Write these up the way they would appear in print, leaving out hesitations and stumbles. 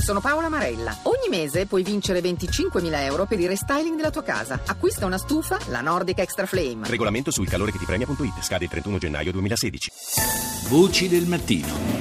Sono Paola Marella. Ogni mese puoi vincere 25.000 euro per il restyling della tua casa. Acquista una stufa, la Nordic Extra Flame. Regolamento sul calore che ti premia.it. Scade il 31 gennaio 2016. Voci del mattino.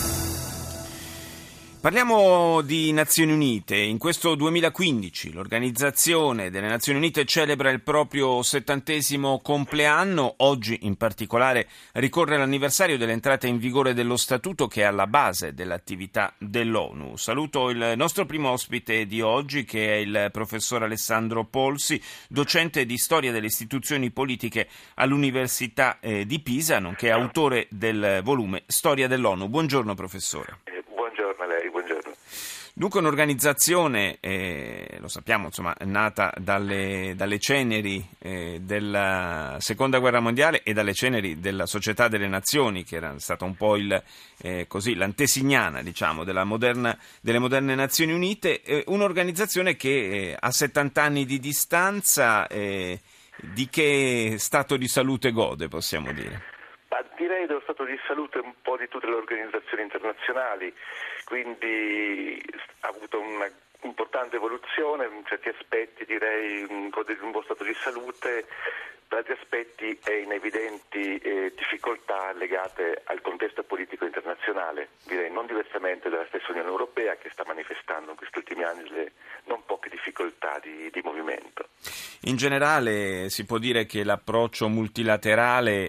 Parliamo di Nazioni Unite. In questo 2015 l'Organizzazione delle Nazioni Unite celebra il proprio 70° compleanno. Oggi in particolare ricorre l'anniversario dell'entrata in vigore dello Statuto che è alla base dell'attività dell'ONU. Saluto il nostro primo ospite di oggi, che è il professor Alessandro Polsi, docente di Storia delle Istituzioni Politiche all'Università di Pisa, nonché autore del volume Storia dell'ONU. Buongiorno professore. Buongiorno a lei, buongiorno. Dunque un'organizzazione, lo sappiamo, insomma, nata dalle ceneri della Seconda Guerra Mondiale e dalle ceneri della Società delle Nazioni, che era stata un po' l'antesignana, diciamo, delle moderne Nazioni Unite, un'organizzazione che a 70 anni di distanza di che stato di salute gode, possiamo dire? Direi dello stato di salute un po' di tutte le organizzazioni internazionali, quindi ha avuto una importante evoluzione, in certi aspetti direi gode di un buon stato di salute, per altri aspetti è in evidenti difficoltà legate al contesto politico internazionale, direi non diversamente dalla stessa Unione Europea, che sta manifestando in questi ultimi anni le non poche difficoltà di movimento. In generale si può dire che l'approccio multilaterale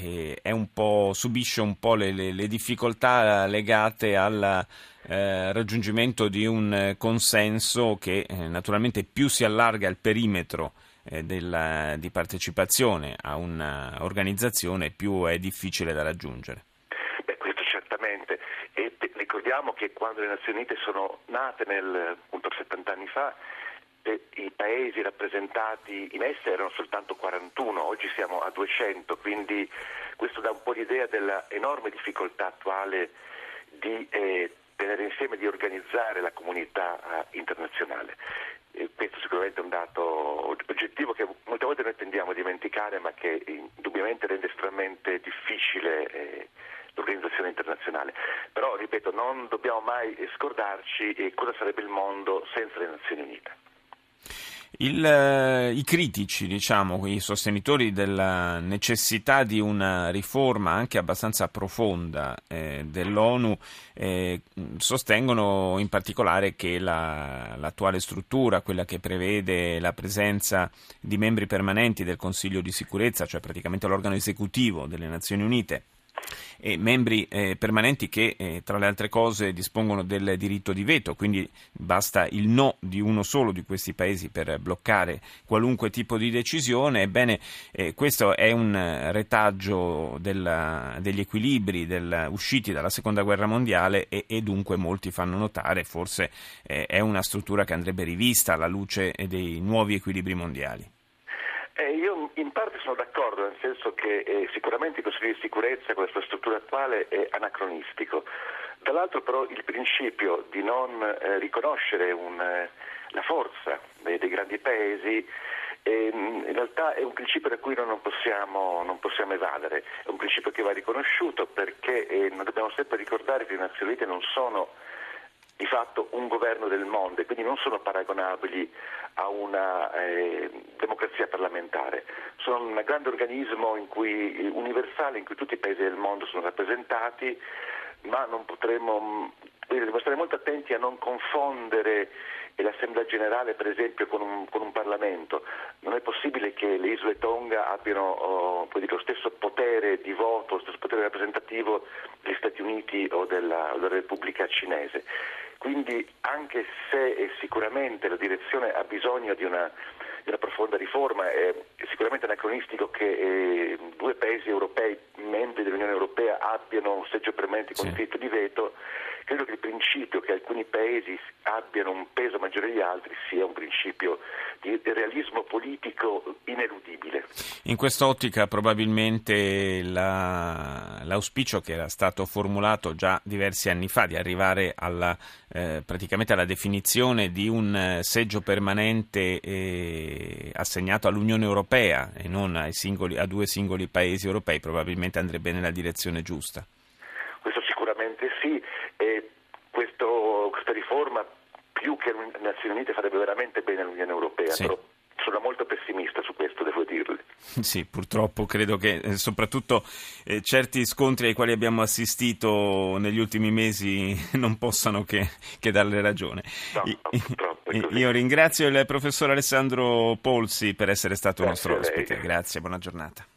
subisce un po' le difficoltà legate al raggiungimento di un consenso che naturalmente più si allarga il perimetro di partecipazione a un'organizzazione, più è difficile da raggiungere. Questo certamente, e ricordiamo che quando le Nazioni Unite sono nate appunto 70 anni fa, i paesi rappresentati in esse erano soltanto 41, oggi siamo a 200, quindi questo dà un po' l'idea della enorme difficoltà attuale di tenere insieme, di organizzare la comunità internazionale. Questo sicuramente è un dato oggettivo che molte volte noi tendiamo a dimenticare, ma che indubbiamente rende estremamente difficile l'organizzazione internazionale. Però, ripeto, non dobbiamo mai scordarci cosa sarebbe il mondo senza le Nazioni Unite. I critici, diciamo, i sostenitori della necessità di una riforma anche abbastanza profonda dell'ONU sostengono in particolare che l'attuale struttura, quella che prevede la presenza di membri permanenti del Consiglio di sicurezza, cioè praticamente l'organo esecutivo delle Nazioni Unite, e membri permanenti che tra le altre cose dispongono del diritto di veto, quindi basta il no di uno solo di questi paesi per bloccare qualunque tipo di decisione. Ebbene, questo è un retaggio degli equilibri usciti dalla Seconda Guerra Mondiale e dunque molti fanno notare forse è una struttura che andrebbe rivista alla luce dei nuovi equilibri mondiali. Io in parte sono d'accordo, nel senso che sicuramente il Consiglio di sicurezza con la sua struttura attuale è anacronistico. Dall'altro però il principio di non riconoscere la forza dei grandi paesi in realtà è un principio da cui noi non possiamo evadere, è un principio che va riconosciuto perché non dobbiamo sempre ricordare che le Nazioni Unite non sono di fatto un governo del mondo e quindi non sono paragonabili a una democrazia parlamentare. Sono un grande organismo universale in cui tutti i paesi del mondo sono rappresentati, ma dobbiamo stare molto attenti a non confondere l'Assemblea Generale, per esempio, con un Parlamento. Non è possibile che le isole Tonga abbiano lo stesso potere di voto, lo stesso potere rappresentativo degli Stati Uniti o della Repubblica Cinese. Quindi, anche se sicuramente la direzione ha bisogno di una profonda riforma, è sicuramente anacronistico che due paesi europei, membri dell'Unione Europea, abbiano un seggio permanente con diritto di veto. Credo che il principio che alcuni paesi abbiano un peso maggiore degli altri sia un principio di realismo politico ineludibile. In quest'ottica probabilmente l'auspicio che era stato formulato già diversi anni fa di arrivare praticamente alla definizione di un seggio permanente assegnato all'Unione Europea e non a due singoli paesi europei probabilmente andrebbe nella direzione giusta. Questo sicuramente sì, questa riforma più che le Nazioni Unite farebbe veramente bene all'Unione Europea, sì. Però sono molto pessimista su questo, devo dirle. Sì, purtroppo credo che soprattutto certi scontri ai quali abbiamo assistito negli ultimi mesi non possano che darle ragione. No, purtroppo è così. Io ringrazio il professor Alessandro Polsi per essere stato Grazie nostro a lei. ospite. Grazie, buona giornata.